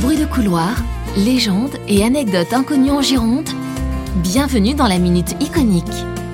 Bruits de couloir, légendes et anecdotes inconnues en Gironde. Bienvenue dans la Minute Iconique.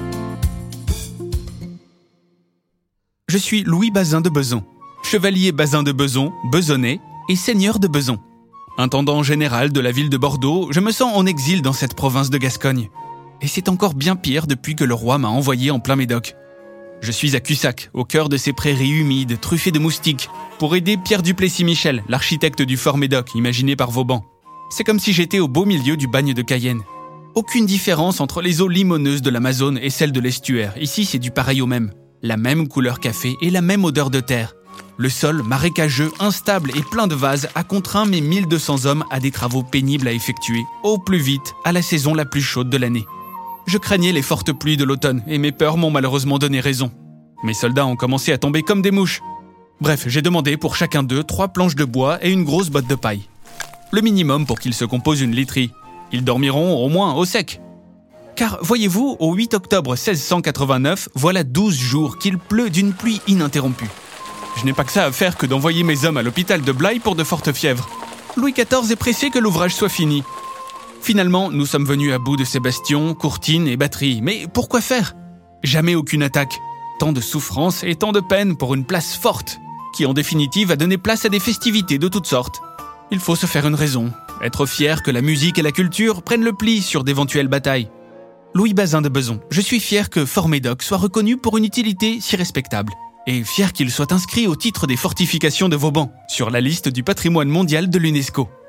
Je suis Louis Bazin de Bezon, chevalier Bazin de Bezon, besonnais et seigneur de Bezon. Intendant général de la ville de Bordeaux, je me sens en exil dans cette province de Gascogne. Et c'est encore bien pire depuis que le roi m'a envoyé en plein Médoc. Je suis à Cussac, au cœur de ces prairies humides, truffées de moustiques, pour aider Pierre Duplessis-Michel, l'architecte du Fort Médoc, imaginé par Vauban. C'est comme si j'étais au beau milieu du bagne de Cayenne. Aucune différence entre les eaux limoneuses de l'Amazone et celles de l'estuaire. Ici, c'est du pareil au même. La même couleur café et la même odeur de terre. Le sol, marécageux, instable et plein de vases, a contraint mes 1200 hommes à des travaux pénibles à effectuer, au plus vite, à la saison la plus chaude de l'année. Je craignais les fortes pluies de l'automne et mes peurs m'ont malheureusement donné raison. Mes soldats ont commencé à tomber comme des mouches. Bref, j'ai demandé pour chacun d'eux 3 planches de bois et une grosse botte de paille. Le minimum pour qu'ils se composent une literie. Ils dormiront au moins au sec. Car voyez-vous, au 8 octobre 1689, voilà 12 jours qu'il pleut d'une pluie ininterrompue. Je n'ai pas que ça à faire que d'envoyer mes hommes à l'hôpital de Blaye pour de fortes fièvres. Louis XIV est pressé que l'ouvrage soit fini. Finalement, nous sommes venus à bout de ces bastions, courtines et batteries. Mais pourquoi faire ? Jamais aucune attaque. Tant de souffrance et tant de peine pour une place forte, qui en définitive a donné place à des festivités de toutes sortes. Il faut se faire une raison, être fier que la musique et la culture prennent le pli sur d'éventuelles batailles. Louis Bazin de Bezon, je suis fier que Fort Médoc soit reconnu pour une utilité si respectable. Et fier qu'il soit inscrit au titre des fortifications de Vauban, sur la liste du patrimoine mondial de l'UNESCO.